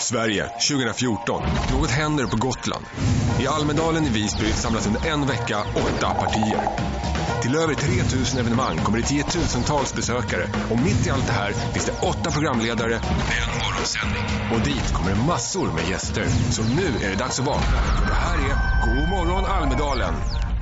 Sverige 2014. Något händer på Gotland. I Almedalen i Visby samlas under en vecka 8 partier. Till över 3000 evenemang kommer det 10-tusentals besökare. Och mitt i allt det här finns det 8 programledare med en morgonsändning. Och dit kommer det massor med gäster. Så nu är det dags att vakna. För det här är God morgon Almedalen.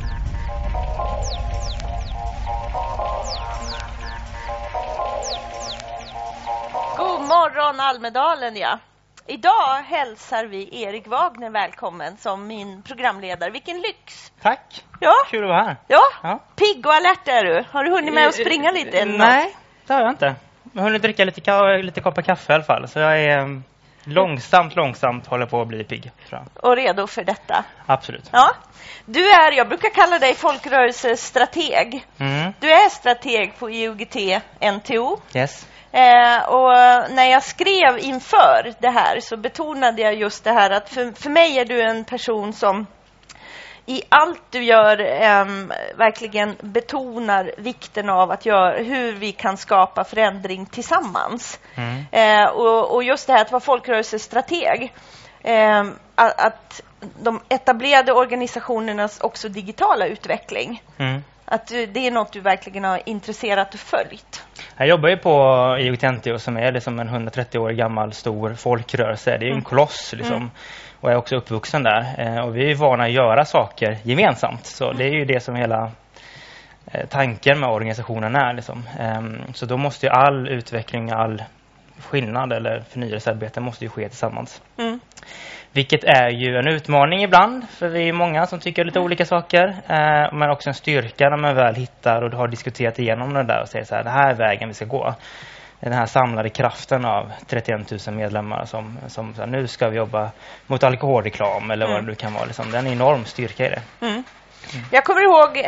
God morgon Almedalen, ja. Idag hälsar vi Erik Wagner välkommen som min programledare. Vilken lyx! Tack! Ja. Kul att vara här. Ja, pigg och alert är du. Har du hunnit med att springa lite eller Nej, något? det har jag inte. Jag har hunnit dricka lite koppar kaffe i alla fall. Så jag är långsamt håller på att bli pigg, tror jag. Och redo för detta? Absolut. Ja. Jag brukar kalla dig folkrörelsestrateg. Du är strateg på IOGT NTO. Yes. Och när jag skrev inför det här så betonade jag just det här att för mig är du en person som i allt du gör verkligen betonar vikten av att hur vi kan skapa förändring tillsammans. Och just det här att vara folkrörelsestrateg, att de etablerade organisationernas också digitala utveckling. Att det är något du verkligen har intresserat och följt. Jag jobbar ju på IOGT NTO som är liksom en 130 år gammal stor folkrörelse. Det är ju en koloss liksom. Och jag är också uppvuxen där. Och vi är vana att göra saker gemensamt. Så det är ju det som hela tanken med organisationen är. Liksom. Så då måste ju all utveckling, all skillnad eller förnyelsearbete måste ju ske tillsammans. Vilket är ju en utmaning ibland, för vi är många som tycker lite olika saker. Men också en styrka när man väl hittar och har diskuterat igenom det där och säger så här, det här är vägen vi ska gå. Den här samlade kraften av 31 000 medlemmar som så här, nu ska vi jobba mot alkoholreklam eller vad det nu kan vara. Liksom. Det är en enorm styrka i det. Jag kommer ihåg...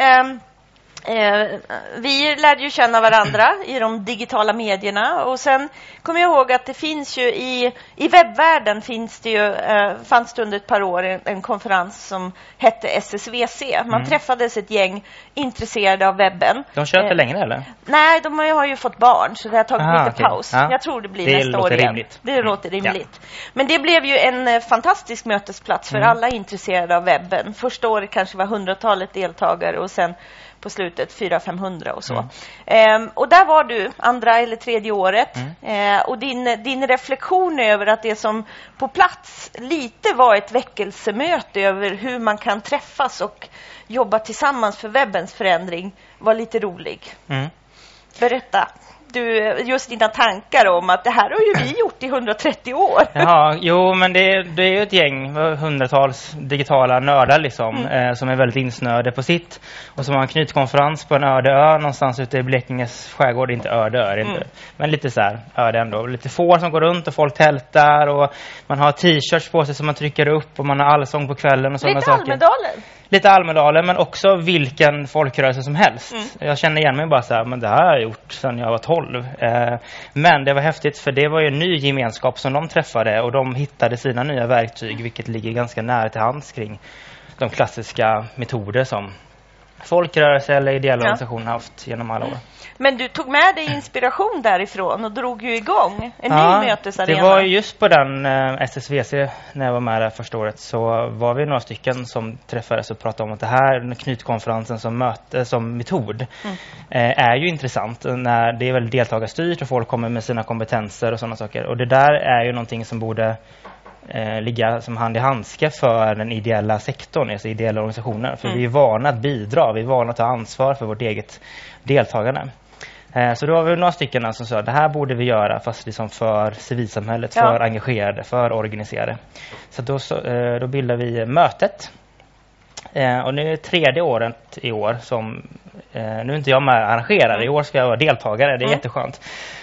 vi lärde ju känna varandra i de digitala medierna och sen kommer jag ihåg att det finns ju i webbvärlden fanns det under ett par år en konferens som hette SSVC. Man träffades ett gäng intresserade av webben. De kör inte längre eller? Nej, de har ju fått barn så det har tagit lite paus. Ja. Jag tror det blir nästa år igen. Rimligt. Det låter rimligt. Men det blev ju en fantastisk mötesplats för alla intresserade av webben. Första året kanske var 100-talet deltagare och sen på slutet 400-500 och så. Och där var du andra eller tredje året. Och din reflektion över att det som på plats lite var ett väckelsemöte över hur man kan träffas och jobba tillsammans för webbens förändring var lite rolig. Berätta. Just dina tankar om att det här har ju vi gjort i 130 år. Ja, jo, men det är ju ett gäng, hundratals digitala nördar liksom, som är väldigt insnöade på sitt. Och som har en knytkonferens på en öde ö någonstans ute i Blekinges skärgård. Inte öde inte, men lite så här öde ändå. Lite får som går runt och folk tältar och man har t-shirts på sig som man trycker upp och man har allsång på kvällen och sådana saker. Almedalen. Lite Almedalen, men också vilken folkrörelse som helst. Jag känner igen mig bara så här, men det här har jag gjort sedan jag var 12. Men det var häftigt för det var ju en ny gemenskap som de träffade och de hittade sina nya verktyg, vilket ligger ganska nära till hands kring de klassiska metoder som folkrörelse eller ideella organisationer haft genom alla år. Men du tog med dig inspiration därifrån och drog ju igång en ny mötesarena. Det var just på den SSVC när jag var med där första året så var vi några stycken som träffades och pratade om att det här knytkonferensen som metod är ju intressant när det är väl deltagarstyrt och folk kommer med sina kompetenser och sådana saker. Och det där är ju någonting som borde ligga som hand i handske för den ideella sektorn, alltså ideella organisationer. För vi är vana att bidra, vi är vana att ta ansvar för vårt eget deltagande. Så då var vi några stycken som sa det här borde vi göra fast liksom för civilsamhället, för engagerade, för organiserade. Så då bildar vi mötet. Och nu är det 3:e året i år som nu är inte jag med arrangerare, i år ska jag vara deltagare, det är jätteskönt.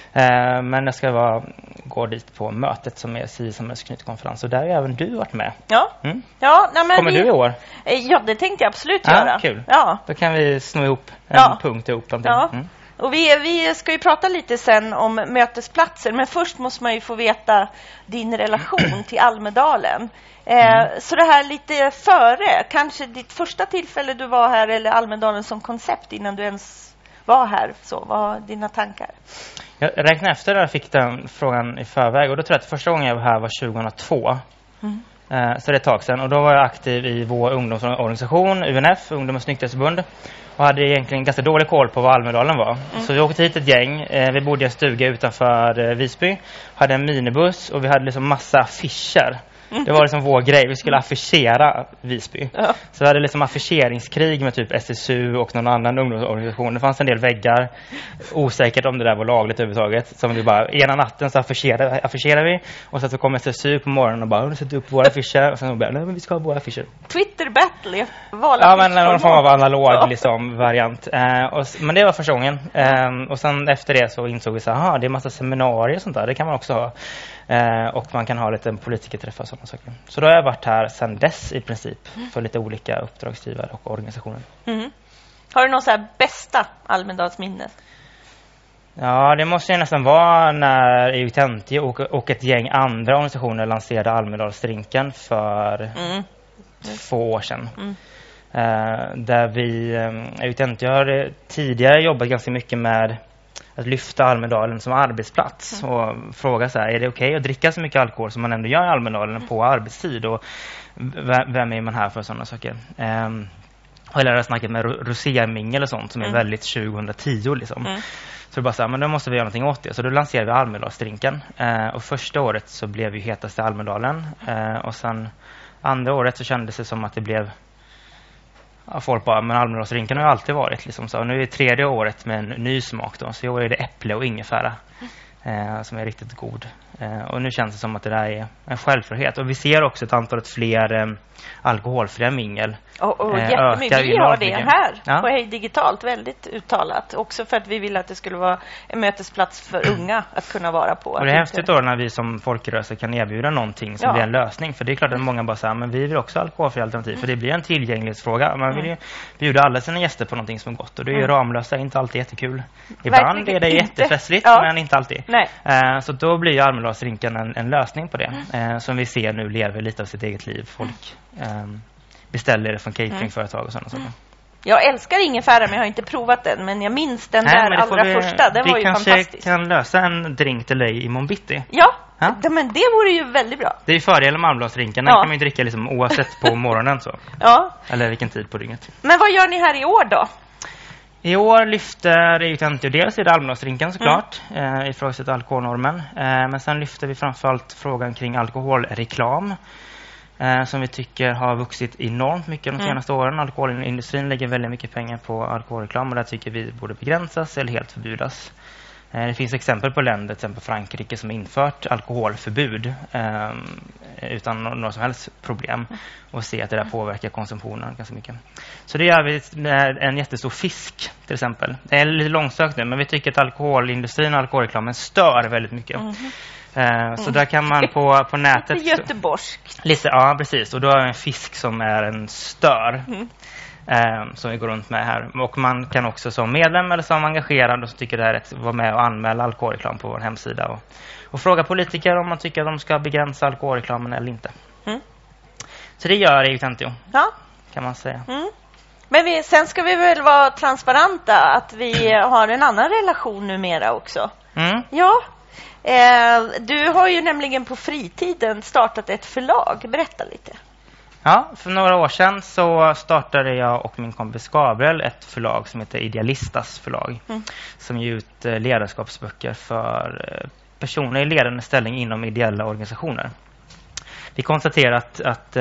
Men jag ska gå dit på mötet som är civilsamhällsknytkonferens och där har även du varit med. Men kommer du i år? Ja, det tänkte jag absolut göra. Kul. Ja. Då kan vi sno ihop en punkt ihop. Och vi ska ju prata lite sen om mötesplatser, men först måste man ju få veta din relation till Almedalen. Så det här lite före, kanske ditt första tillfälle du var här eller Almedalen som koncept innan du ens vara här. Så, vad var dina tankar? Jag räknade efter när jag fick den frågan i förväg. Och då tror jag att första gången jag var här var 2002. Så det är ett tag sedan. Och då var jag aktiv i vår ungdomsorganisation, UNF, Ungdomens nykterhetsförbund. Och hade egentligen ganska dålig koll på vad Almedalen var. Så vi åkte hit ett gäng. Vi bodde i en stuga utanför Visby. Hade en minibuss och vi hade liksom massa affischer. Det var liksom vår grej. Vi skulle affischera Visby. Ja. Så vi hade liksom affischeringskrig med typ SSU och någon annan ungdomsorganisation. Det fanns en del väggar. Osäkert om det där var lagligt överhuvudtaget. Som vi bara, ena natten så affischerade vi. Och så kom SSU på morgonen och bara, sätter upp våra affischer. Och sen bara, nej men vi ska ha våra affischer. Twitter battle. Ja, men någon form av analog liksom, variant. Men det var första gången. Och sen efter det så insåg vi så här, det är massa seminarier och sånt där. Det kan man också ha. Och man kan ha lite politikerträffar och sådana saker. Så då har jag varit här sedan dess i princip för lite olika uppdragsgivare och organisationer. Har du någon så här bästa Almedalsminne? Ja, det måste ju nästan vara när Eutentio och ett gäng andra organisationer lanserade Almedalsdrinken för 2 år sedan. Där vi, Eutentio har tidigare jobbat ganska mycket med att lyfta Almedalen som arbetsplats och fråga så här, är det okej att dricka så mycket alkohol som man ändå gör i Almedalen på arbetstid och vem är man här för sådana saker? Eller jag har snackat med rosémingel och sånt som är väldigt 2010 liksom. Så det bara så här, men då måste vi göra någonting åt det. Så då lanserade vi Almedalsdrinken. Och första året så blev vi hetaste Almedalen. Och sen andra året så kändes det som att det blev folk bara, men Almedalsdrinken har ju alltid varit liksom så. Nu är det 3:e året med en ny smak då. Så i år är det äpple och ingefära som är riktigt god. Och nu känns det som att det där är en självklarhet. Och vi ser också ett antal fler alkoholfria mingel. Och jättemycket. Vi har det här på Hej Digitalt väldigt uttalat. Också för att vi vill att det skulle vara en mötesplats för unga att kunna vara på. Och det är häftigt då när vi som folkrörelse kan erbjuda någonting som blir en lösning. För det är klart att många bara säger, men vi vill också ha alkoholfria alternativ. För det blir en tillgänglighetsfråga. Man vill ju bjuda alla sina gäster på någonting som är gott. Och det är ju Ramlösa inte alltid jättekul. Ibland är det jättefestligt, men inte alltid. Så då blir ju Almedalsdrinken en lösning på det. Som vi ser nu lever lite av sitt eget liv. Folk beställer det från cateringföretag och sådana saker. Jag älskar ingefära men jag har inte provat den. Men jag minns den där allra första. Den var ju fantastisk. Vi kanske kan lösa en drink till dig i Monbitti. Ja, men det vore ju väldigt bra. Det är ju fördelen med Almedalsdrinken. Den kan man ju dricka liksom oavsett på morgonen så. Eller vilken tid på dygnet. Men vad gör ni här i år då? I år lyfter Eutentio dels i Almedalsdrinken såklart, ifrågasatt alkoholnormen. Men sen lyfter vi framförallt frågan kring alkoholreklam. Som vi tycker har vuxit enormt mycket de senaste åren. Alkoholindustrin lägger väldigt mycket pengar på alkoholreklam och där tycker vi borde begränsas eller helt förbjudas. Det finns exempel på länder, till exempel Frankrike, som har infört alkoholförbud utan några som helst problem och se att det där påverkar konsumtionen ganska mycket. Så det gör vi med en jättestor fisk till exempel. Det är lite långsökt nu, men vi tycker att alkoholindustrin och alkoholreklamen stör väldigt mycket. Så där kan man på nätet... Lite göteborgskt. Ja, precis. Och då är det en fisk som är en stör. Som vi går runt med här. Och man kan också som medlem eller som engagerad och som tycker det är rätt vara med och anmäla alkoholreklam på vår hemsida. Och fråga politiker om man tycker att de ska begränsa alkoholreklamen eller inte. Så det gör Eutentio. Kan man säga. Men sen ska vi väl vara transparenta att vi har en annan relation numera också. Ja. Du har ju nämligen på fritiden startat ett förlag. Berätta lite. Ja, för några år sedan så startade jag och min kompis Gabriel ett förlag som heter Idealistas förlag. Som ger ut ledarskapsböcker för personer i ledande ställning inom ideella organisationer. Vi konstaterat att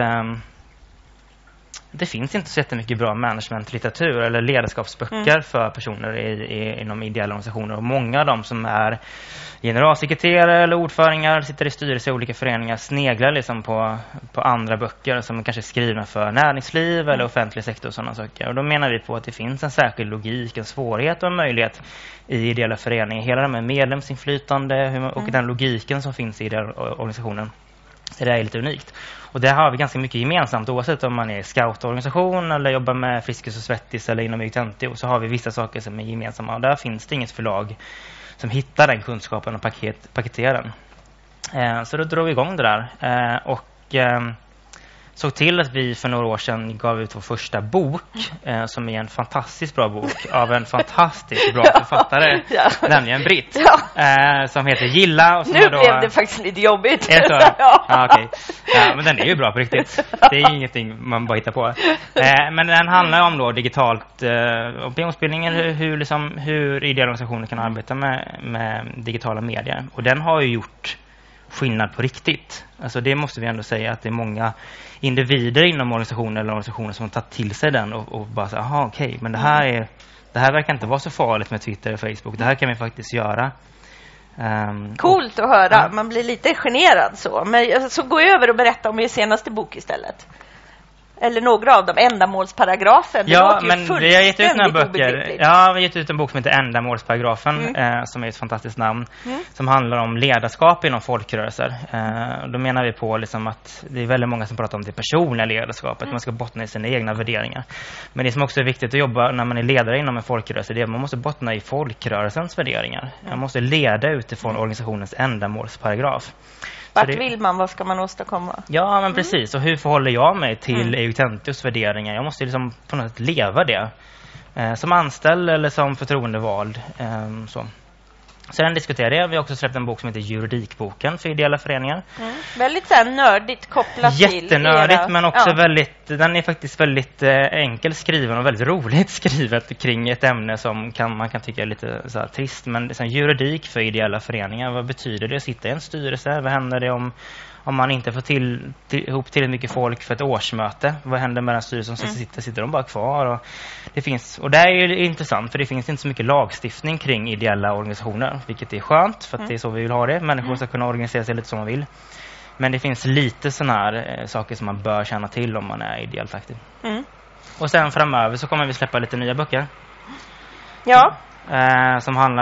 det finns inte så jättemycket bra managementlitteratur eller ledarskapsböcker för personer inom ideella organisationer. Och många av dem som är generalsekreterare eller ordförande sitter i styrelse i olika föreningar sneglar liksom på andra böcker som kanske är skrivna för näringsliv eller offentlig sektor och sådana saker. Och då menar vi på att det finns en särskild logik, en svårighet och en möjlighet i ideella föreningar. Hela det med medlemsinflytande och den logiken som finns i ideella organisationen. Det där är lite unikt. Och det har vi ganska mycket gemensamt oavsett om man är scoutorganisation eller jobbar med Friskis och Svettis eller inom Eutentio, så har vi vissa saker som är gemensamma. Och där finns det inget förlag som hittar den kunskapen och paketerar den. Så då drog vi igång det där. såg till att vi för några år sedan gav ut vår första bok som är en fantastiskt bra bok av en fantastiskt bra författare, nämligen Britt, som heter Gilla. Och som nu blev det faktiskt lite jobbigt. Okay. Men den är ju bra på riktigt. Det är ingenting man bara hittar på. Men den handlar om då digitalt opinionsbildning, hur ideella organisationer kan arbeta med digitala medier. Och den har ju gjort skillnad på riktigt. Alltså det måste vi ändå säga, att det är många individer inom organisationer eller organisationer som har tagit till sig den och bara säger, aha, okej, men det här verkar inte vara så farligt med Twitter och Facebook. Det här kan vi faktiskt göra. Coolt att höra. Man blir lite generad så. Men så gå över och berätta om er senaste bok istället. Eller några av dem, ändamålsparagrafen. Ja, men vi har gett ut några böcker. Ja, vi har gett ut en bok som heter Ändamålsparagrafen, som är ett fantastiskt namn, som handlar om ledarskap inom folkrörelser. Då menar vi på liksom att det är väldigt många som pratar om det personliga ledarskapet. Man ska bottna i sina egna värderingar. Men det som också är viktigt att jobba när man är ledare inom en folkrörelse, det är att man måste bottna i folkrörelsens värderingar. Man måste leda utifrån organisationens ändamålsparagraf. Vart vill man? Vad ska man åstadkomma? Ja, men precis. Och hur förhåller jag mig till EUTENTIOs värderingar? Jag måste liksom på något sätt leva det. Som anställd eller som förtroendevald. Så. Sen diskuterar det. Vi har också släppt en bok som heter Juridikboken för ideella föreningar. Väldigt så här nördigt kopplat till jättenördigt, men också den är faktiskt väldigt enkel skriven och väldigt roligt skrivet kring ett ämne som man kan tycka är lite så här trist. Men sen, juridik för ideella föreningar, vad betyder det att sitta i en styrelse? Vad händer det om man inte får ihop tillräckligt mycket folk för ett årsmöte? Vad händer med den styrelsen som sitter de bara kvar? Och det är ju intressant, för det finns inte så mycket lagstiftning kring ideella organisationer, vilket är skönt, för att det är så vi vill ha det. Människor ska kunna organisera sig lite som man vill. Men det finns lite sådana här saker som man bör känna till om man är ideellt aktiv. Och sen framöver så kommer vi släppa lite nya böcker. Ja. Som handlar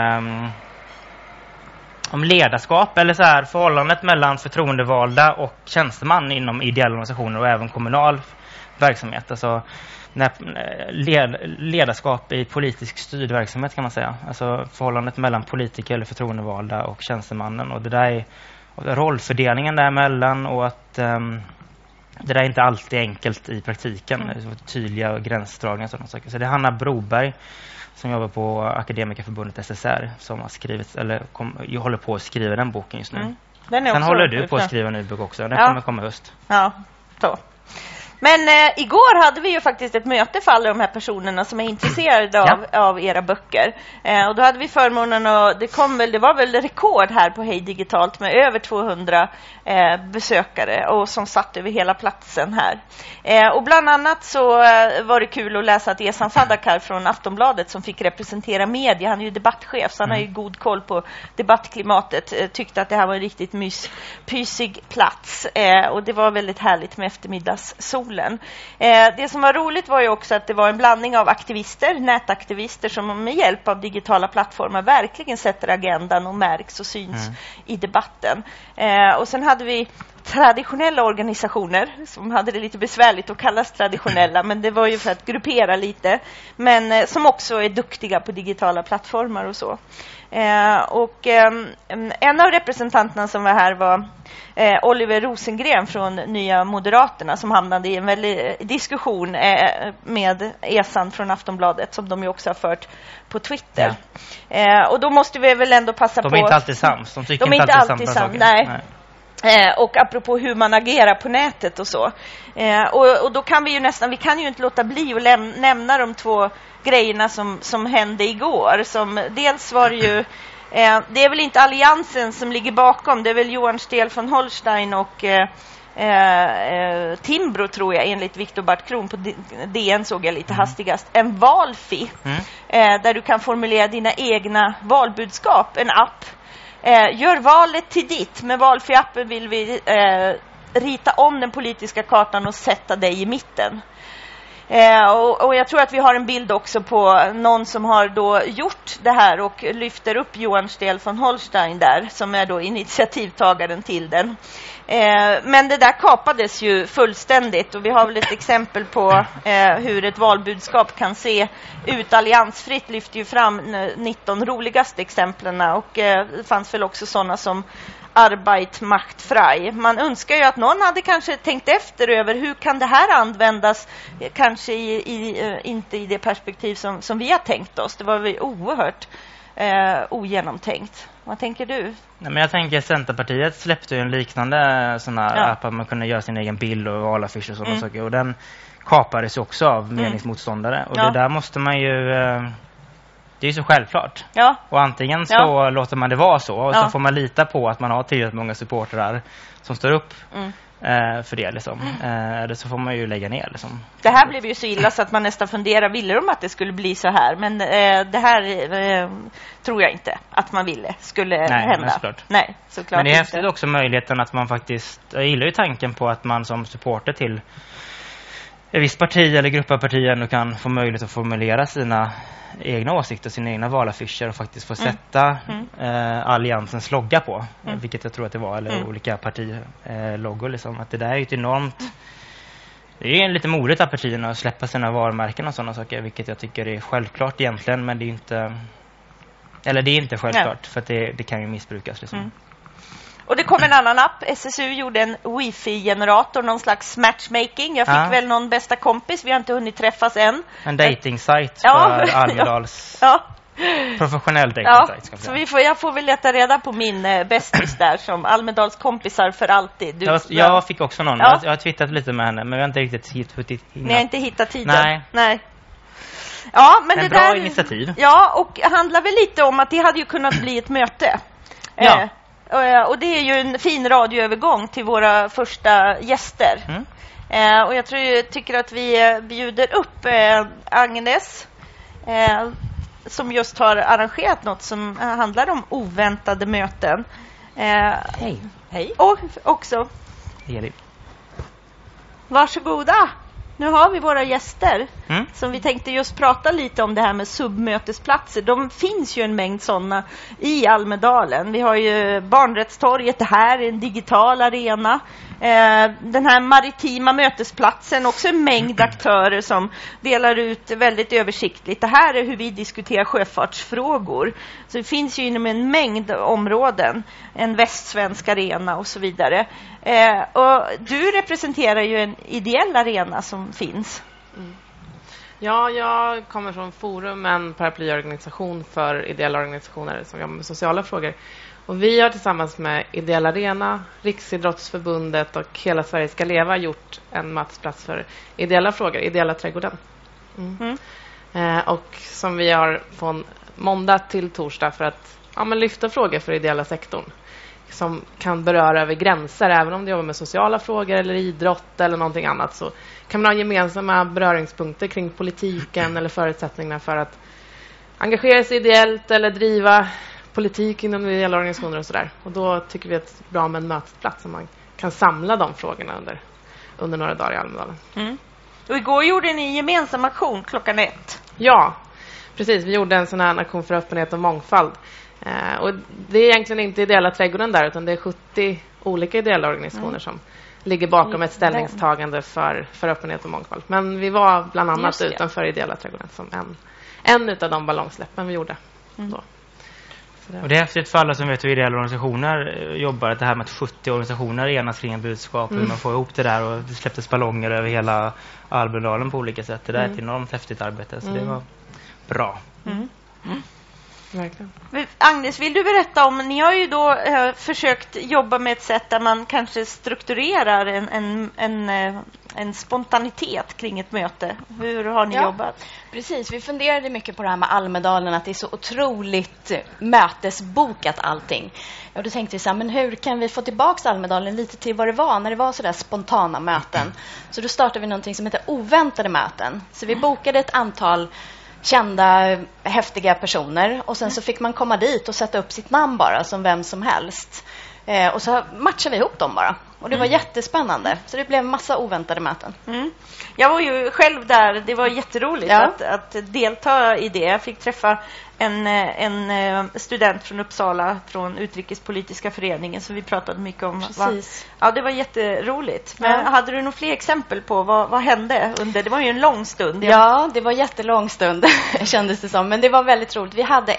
om ledarskap, eller så här förhållandet mellan förtroendevalda och tjänsteman inom ideella organisationer och även kommunal verksamhet. Alltså ledarskap i politisk styrd verksamhet, kan man säga. Alltså förhållandet mellan politiker eller förtroendevalda och tjänstemannen, och det där är rollfördelningen däremellan, och att det där är inte alltid enkelt i praktiken. Tydliga gränsdragningar och sådana saker. Så det är Hanna Broberg som jobbar på Akademikerförbundet SSR som har skrivit, eller jag håller på att skriva den boken just nu. Sen håller du på att skriva en ny bok också. Den kommer komma höst. Ja, så. Men igår hade vi ju faktiskt ett möte för alla de här personerna som är intresserade av era böcker. Och då hade vi förmånen, och det var väl rekord här på Hej Digitalt med över 200 besökare, och som satt över hela platsen här. Och bland annat så var det kul att läsa att Esan Sadakar från Aftonbladet, som fick representera media, han är ju debattchef, så han har ju god koll på debattklimatet, tyckte att det här var en riktigt pyssig plats. Och det var väldigt härligt med eftermiddagssolen. Det som var roligt var ju också att det var en blandning av aktivister, nätaktivister, som med hjälp av digitala plattformar verkligen sätter agendan och märks och syns i debatten. Och sen hade vi traditionella organisationer som hade det lite besvärligt att kallas traditionella, men det var ju för att gruppera lite, men som också är duktiga på digitala plattformar och så. En av representanterna som var här var Oliver Rosengren från Nya Moderaterna, som hamnade i en väldig diskussion med Esan från Aftonbladet, som de ju också har fört på Twitter. Och då måste vi väl ändå passa på... De är inte alltid sams. De tycker inte alltid samma saker. Nej. Och apropå hur man agerar på nätet och så. Och då kan vi kan ju inte låta bli att nämna de två grejerna som hände igår. Som dels var det ju, det är väl inte Alliansen som ligger bakom, det är väl Johan Stel von Holstein och Timbro, tror jag, enligt Viktor Bartkron på DN, såg jag lite hastigast. En valfi, där du kan formulera dina egna valbudskap, en app. Gör valet till ditt. Med valfri-appen vill vi rita om den politiska kartan och sätta dig i mitten. Och jag tror att vi har en bild också på någon som har då gjort det här och lyfter upp Johan Stel von Holstein där, som är då initiativtagaren till den. Men det där kapades ju fullständigt, och vi har väl ett exempel på hur ett valbudskap kan se ut. Alliansfritt lyfter ju fram 19 roligaste exemplen, och det fanns väl också sådana som Arbeit macht frei. Man önskar ju att någon hade kanske tänkt efter över hur kan det här användas, kanske inte i det perspektiv som vi har tänkt oss. Det var väl oerhört ogenomtänkt. Vad tänker du? Nej, men jag tänker Centerpartiet släppte ju en liknande sån här app att man kunde göra sin egen bild och valaffischer och sådana saker. Och den kapades också av meningsmotståndare. Och det där måste man ju... Det är ju så självklart. Ja. Och antingen så låter man det vara så. Och så får man lita på att man har tillräckligt många supportrar som står upp för det. Liksom. Eller så får man ju lägga ner. Liksom. Det här blev ju så illa så att man nästan funderar, ville de att det skulle bli så här? Men det här tror jag inte att man ville skulle hända. Men såklart. Nej, såklart. Men det är häftigt också möjligheten att man faktiskt... Jag gillar ju tanken på att man som supporter till ett visst parti eller grupp av partier nu kan få möjlighet att formulera sina egna åsikter, sina egna valaffischer och faktiskt få sätta alliansens logga på, vilket jag tror att det var, eller olika partiloggor liksom. Att det där är ju ett enormt... Det är ju lite modigt av partierna att släppa sina varumärken och sådana saker, vilket jag tycker är självklart egentligen, men det är inte... Eller det är inte självklart, för att det kan ju missbrukas liksom. Och det kom en annan app. SSU gjorde en wifi-generator, någon slags matchmaking. Jag fick väl någon bästa kompis. Vi har inte hunnit träffas än. En dating-sajt för Almedals professionell dating-sajt. Så jag får väl leta reda på min bästis där som Almedals kompisar för alltid. Jag fick också någon. Jag har twittrat lite med henne, men vi har inte riktigt hittat. Ni har inte hittat tiden? Nej. Ja, men en det bra där, initiativ. Ja, och handlar väl lite om att det hade ju kunnat bli ett möte. Ja. Och det är ju en fin radioövergång till våra första gäster. Och jag tycker att vi bjuder upp Agnes som just har arrangerat något som handlar om oväntade möten. Hej. Och också Elin. Varsågoda. Nu har vi våra gäster som vi tänkte just prata lite om det här med submötesplatser. De finns ju en mängd sådana i Almedalen. Vi har ju Barnrättstorget, det här är en digital arena. Den här maritima mötesplatsen, också en mängd aktörer som delar ut väldigt översiktligt. Det här är hur vi diskuterar sjöfartsfrågor. Så det finns ju inom en mängd områden. En västsvensk arena och så vidare. Och du representerar ju en ideell arena som finns. Ja, jag kommer från Forum, en paraplyorganisation för ideella organisationer som jobbar med sociala frågor. Och vi har tillsammans med Ideell Arena, Riksidrottsförbundet och Hela Sverige ska leva gjort en mötesplats för ideella frågor, Ideella trädgården. Och som vi har från måndag till torsdag för att lyfta frågor för ideella sektorn som kan beröra över gränser. Även om du jobbar med sociala frågor eller idrott eller någonting annat, så kan man ha gemensamma beröringspunkter kring politiken eller förutsättningarna för att engagera sig ideellt eller driva politik inom ideella organisationer och sådär. Och då tycker vi att det är bra med en mötesplats som man kan samla de frågorna under några dagar i Almedalen. Och igår gjorde ni en gemensam aktion 1:00. Ja, precis. Vi gjorde en sån här aktion för öppenhet och mångfald. Och det är egentligen inte ideella trädgården där, utan det är 70 olika ideella organisationer som ligger bakom ett ställningstagande för öppenhet och mångfald. Men vi var bland annat utanför ideella trädgården som en utav de ballongsläppen vi gjorde då. Och det är häftigt för alla som vet hur ideella organisationer jobbar, det här med att 70 organisationer enas kring en budskap, hur man får ihop det där, och det släpptes ballonger över hela Almedalen på olika sätt. Det där är ett enormt häftigt arbete, så det var bra. Verkligen. Agnes, vill du berätta om, ni har ju då försökt jobba med ett sätt där man kanske strukturerar en spontanitet kring ett möte. Hur har ni jobbat? Precis, vi funderade mycket på det här med Almedalen, att det är så otroligt mötesbokat allting. Och då tänkte vi så här, men hur kan vi få tillbaka Almedalen lite till vad det var när det var så där spontana möten? Så då startade vi någonting som heter oväntade möten. Så vi bokade ett antal kända, häftiga personer, och sen så fick man komma dit och sätta upp sitt namn bara som vem som helst. Och så matchade vi ihop dem bara. Och det var jättespännande. Så det blev massa oväntade möten. Jag var ju själv där. Det var jätteroligt att delta i det. Jag fick träffa en student från Uppsala från Utrikespolitiska föreningen, så vi pratade mycket om. Ja, det var jätteroligt. Men hade du några fler exempel på vad hände under? Det var ju en lång stund. Ja, det var jättelång stund kändes det som. Men det var väldigt roligt. Vi hade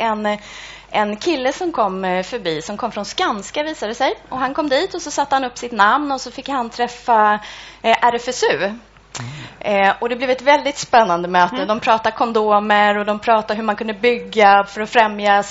en kille som kom förbi, som kom från Skanska visade sig. Och han kom dit och så satte han upp sitt namn och så fick han träffa RFSU. Och det blev ett väldigt spännande möte. De pratade kondomer och de pratade hur man kunde bygga för att främja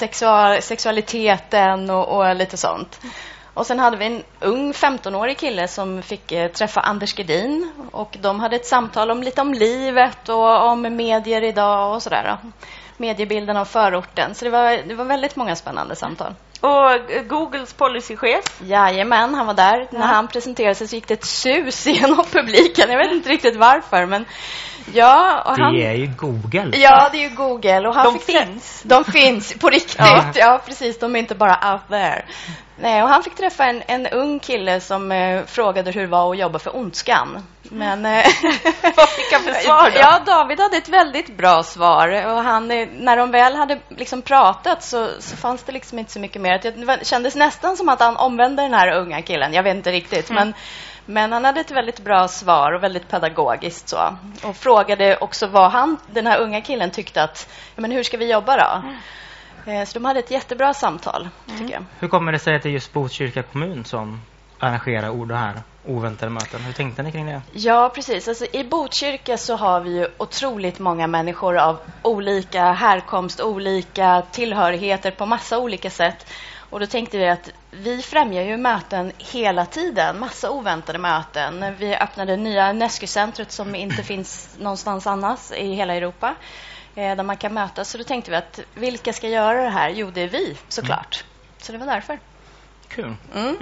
sexualiteten och lite sånt. Och sen hade vi en ung 15-årig kille som fick träffa Anders Gedin. Och de hade ett samtal om lite om livet och om medier idag och sådär. Mediebilden av förorten. Så det var väldigt många spännande samtal. Och Googles policychef? Jajamän, han var där. När han presenterade sig så gick det ett sus genom publiken. Jag vet inte riktigt varför, men ja. Och det är ju Google. Ja, det är ju Google. Och de finns på riktigt. Ja, precis. De är inte bara out there. Nej, och han fick träffa en ung kille som frågade hur det var att jobba för Ondskan. Men vad fick han för svar då? Ja, David hade ett väldigt bra svar. Och när de väl hade liksom pratat så fanns det liksom inte så mycket mer. Det kändes nästan som att han omvände den här unga killen. Jag vet inte riktigt, men han hade ett väldigt bra svar och väldigt pedagogiskt så. Och frågade också vad den här unga killen tyckte att, men hur ska vi jobba då? Så de hade ett jättebra samtal, tycker jag. Hur kommer det sig att det är just Botkyrka kommun som arrangerar det här oväntade möten? Hur tänkte ni kring det? Ja, precis. Alltså, i Botkyrka så har vi ju otroligt många människor av olika härkomst, olika tillhörigheter på massa olika sätt. Och då tänkte vi att vi främjar ju möten hela tiden, massa oväntade möten. Vi öppnade nya Nesky-centret som inte finns någonstans annars i hela Europa. Där man kan mötas. Så då tänkte vi att vilka ska göra det här? Jo, det är vi såklart. Så det var därför. Kul.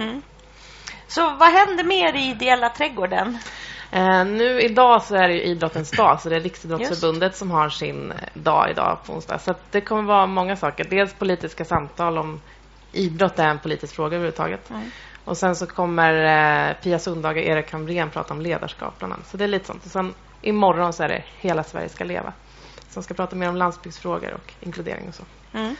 Så vad händer mer i Ideella trädgården? Nu idag så är det ju idrottens dag, så det är Riksidrottsförbundet som har sin dag idag på onsdag. Så att det kommer vara många saker. Dels politiska samtal om idrott är en politisk fråga överhuvudtaget. Och sen så kommer Pia Sundhage och Erik Hamrén prata om ledarskap bland annat. Så det är lite sånt. Och sen imorgon så är det Hela Sverige ska leva. Som ska prata mer om landsbygdsfrågor och inkludering och så.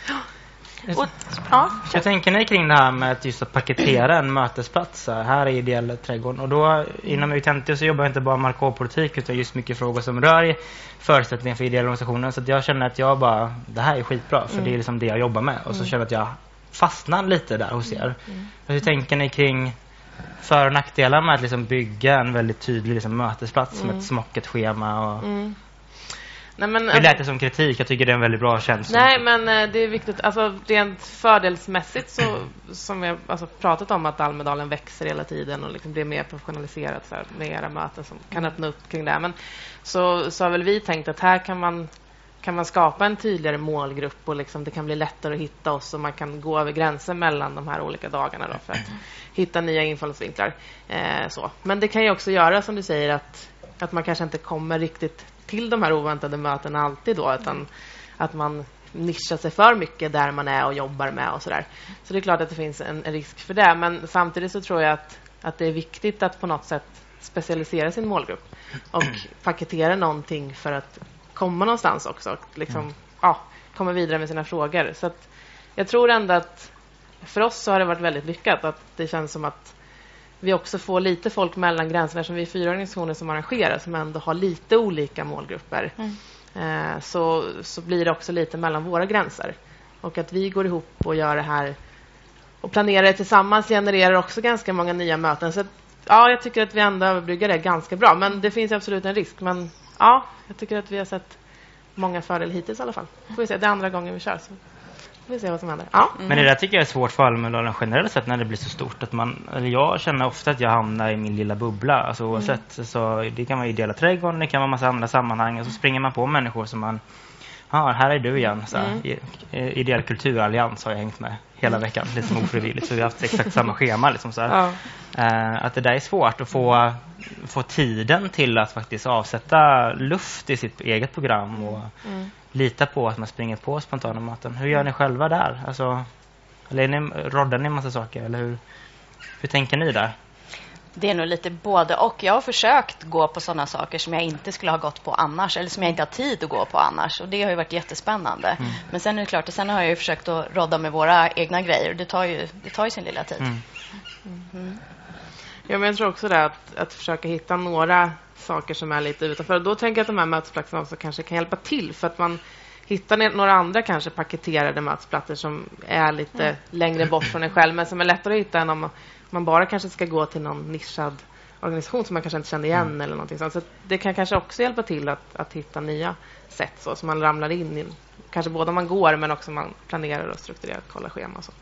Jag tänker ni kring det här med att just att paketera en mötesplats här i Ideella trädgården. Och då inom Utentio så jobbar jag inte bara markåpolitik utan just mycket frågor som rör förutsättningar för ideella organisationer. Så att jag känner att det här är skitbra för det är liksom det jag jobbar med. Och så känner jag att jag fastnar lite där hos er. Hur tänker ni kring för- och nackdelar med att liksom bygga en väldigt tydlig liksom mötesplats med ett smockigt schema och... Nej, men, det lät det som kritik. Jag tycker det är en väldigt bra känsla. Nej, men det är viktigt. Alltså, rent fördelsmässigt så, som vi har pratat om att Almedalen växer hela tiden och liksom blir mer professionaliserat så här, med era möten som kan öppna upp kring det. Men så har väl vi tänkt att här kan man skapa en tydligare målgrupp och liksom det kan bli lättare att hitta oss och man kan gå över gränsen mellan de här olika dagarna då för att hitta nya infallsvinklar. Så. Men det kan ju också göra som du säger att man kanske inte kommer riktigt till de här oväntade mötena alltid då, utan att man nischar sig för mycket där man är och jobbar med och sådär. Så det är klart att det finns en risk för det, men samtidigt så tror jag att det är viktigt att på något sätt specialisera sin målgrupp och paketera någonting för att komma någonstans också och liksom, komma vidare med sina frågor. Så att jag tror ändå att för oss så har det varit väldigt lyckat att det känns som att vi också får lite folk mellan gränserna som vi är 4 organisationer som arrangerar som ändå har lite olika målgrupper. Så blir det också lite mellan våra gränser. Och att vi går ihop och gör det här och planerar det tillsammans genererar också ganska många nya möten. Så att, jag tycker att vi ändå överbryggar det ganska bra. Men det finns absolut en risk. Men jag tycker att vi har sett många fördelar hittills i alla fall. Får vi se, det är andra gången vi kör så. Vi ser vad som händer. Men det där tycker jag är svårt för Almedalen generellt sett när det blir så stort att jag känner ofta att jag hamnar i min lilla bubbla alltså oavsett, så det kan vara Ideella trädgården, det kan vara massa andra sammanhang och så springer man på människor som man här är du igen så Ideell kulturallians har jag hängt med hela veckan lite som ofrivilligt så vi har haft exakt samma schema liksom så här. Att det där är svårt att få tiden till att faktiskt avsätta luft i sitt eget program och lita på att man springer på spontana möten. Hur gör ni själva där? Alltså, eller roddar ni en massa saker? Eller hur tänker ni där? Det är nog lite både och. Jag har försökt gå på sådana saker som jag inte skulle ha gått på annars, eller som jag inte har tid att gå på annars, och det har ju varit jättespännande. Men sen är det klart, och sen har jag ju försökt att rodda med våra egna grejer, och det tar ju sin lilla tid. Ja, men jag tror också det att försöka hitta några saker som är lite utanför. Då tänker jag att de här mötesplatserna också kanske kan hjälpa till, för att man hittar några andra kanske paketerade mötesplatser som är lite längre bort från en själv, men som är lättare att hitta än om man bara kanske ska gå till någon nischad organisation som man kanske inte känner igen eller någonting sånt. Så det kan kanske också hjälpa till att hitta nya sätt så man ramlar in i, kanske både om man går men också om man planerar och strukturerar, kollar schema och så.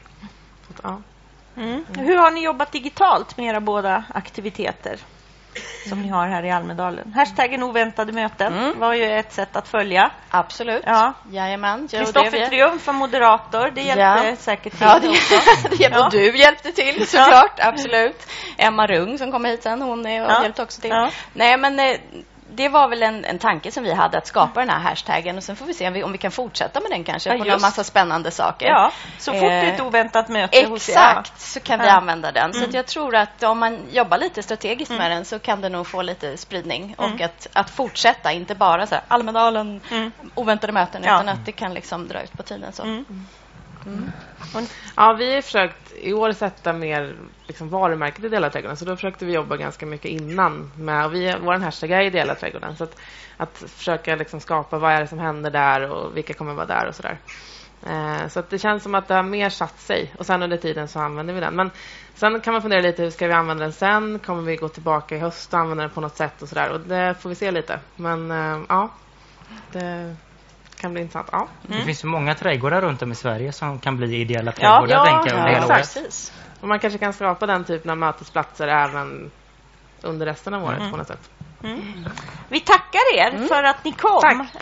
Hur har ni jobbat digitalt med era båda aktiviteter som ni har här i Almedalen? Hashtaggen oväntade möten var ju ett sätt att följa. Absolut. Ja. Jajamän. Kristoffer Triumf var moderator. Det hjälpte säkert till också. Det hjälpte, och du hjälpte till såklart. Absolut. Emma Rung som kom hit sen, hon hjälpte också till. Nej, men det var väl en tanke som vi hade, att skapa den här hashtaggen, och sen får vi se om vi kan fortsätta med den kanske på en massa spännande saker. Ja, så fort det är ett oväntat möte hos er. Exakt, så kan vi använda den. Så att jag tror att om man jobbar lite strategiskt med den, så kan det nog få lite spridning och att fortsätta, inte bara så här Almedalen, oväntade möten, utan att det kan liksom dra ut på tiden så. Ja, vi har försökt i år sätta mer liksom varumärket i Ideella trädgården, så då försökte vi jobba ganska mycket innan med, och vår hashtag är Ideella trädgården, så att försöka liksom skapa vad är det som händer där och vilka kommer vara där och sådär. Så att det känns som att det har mer satt sig, och sen under tiden så använder vi den. Men sen kan man fundera lite, hur ska vi använda den sen? Kommer vi gå tillbaka i höst och använda den på något sätt och sådär, och det får vi se lite. Men det kan bli intressant. Det finns ju många trädgårdar runt om i Sverige som kan bli ideella trädgårdar, tänker jag, under hela året. Och man kanske kan skapa den typen av mötesplatser även under resten av året på något sätt. Vi tackar er för att ni kom. Tack.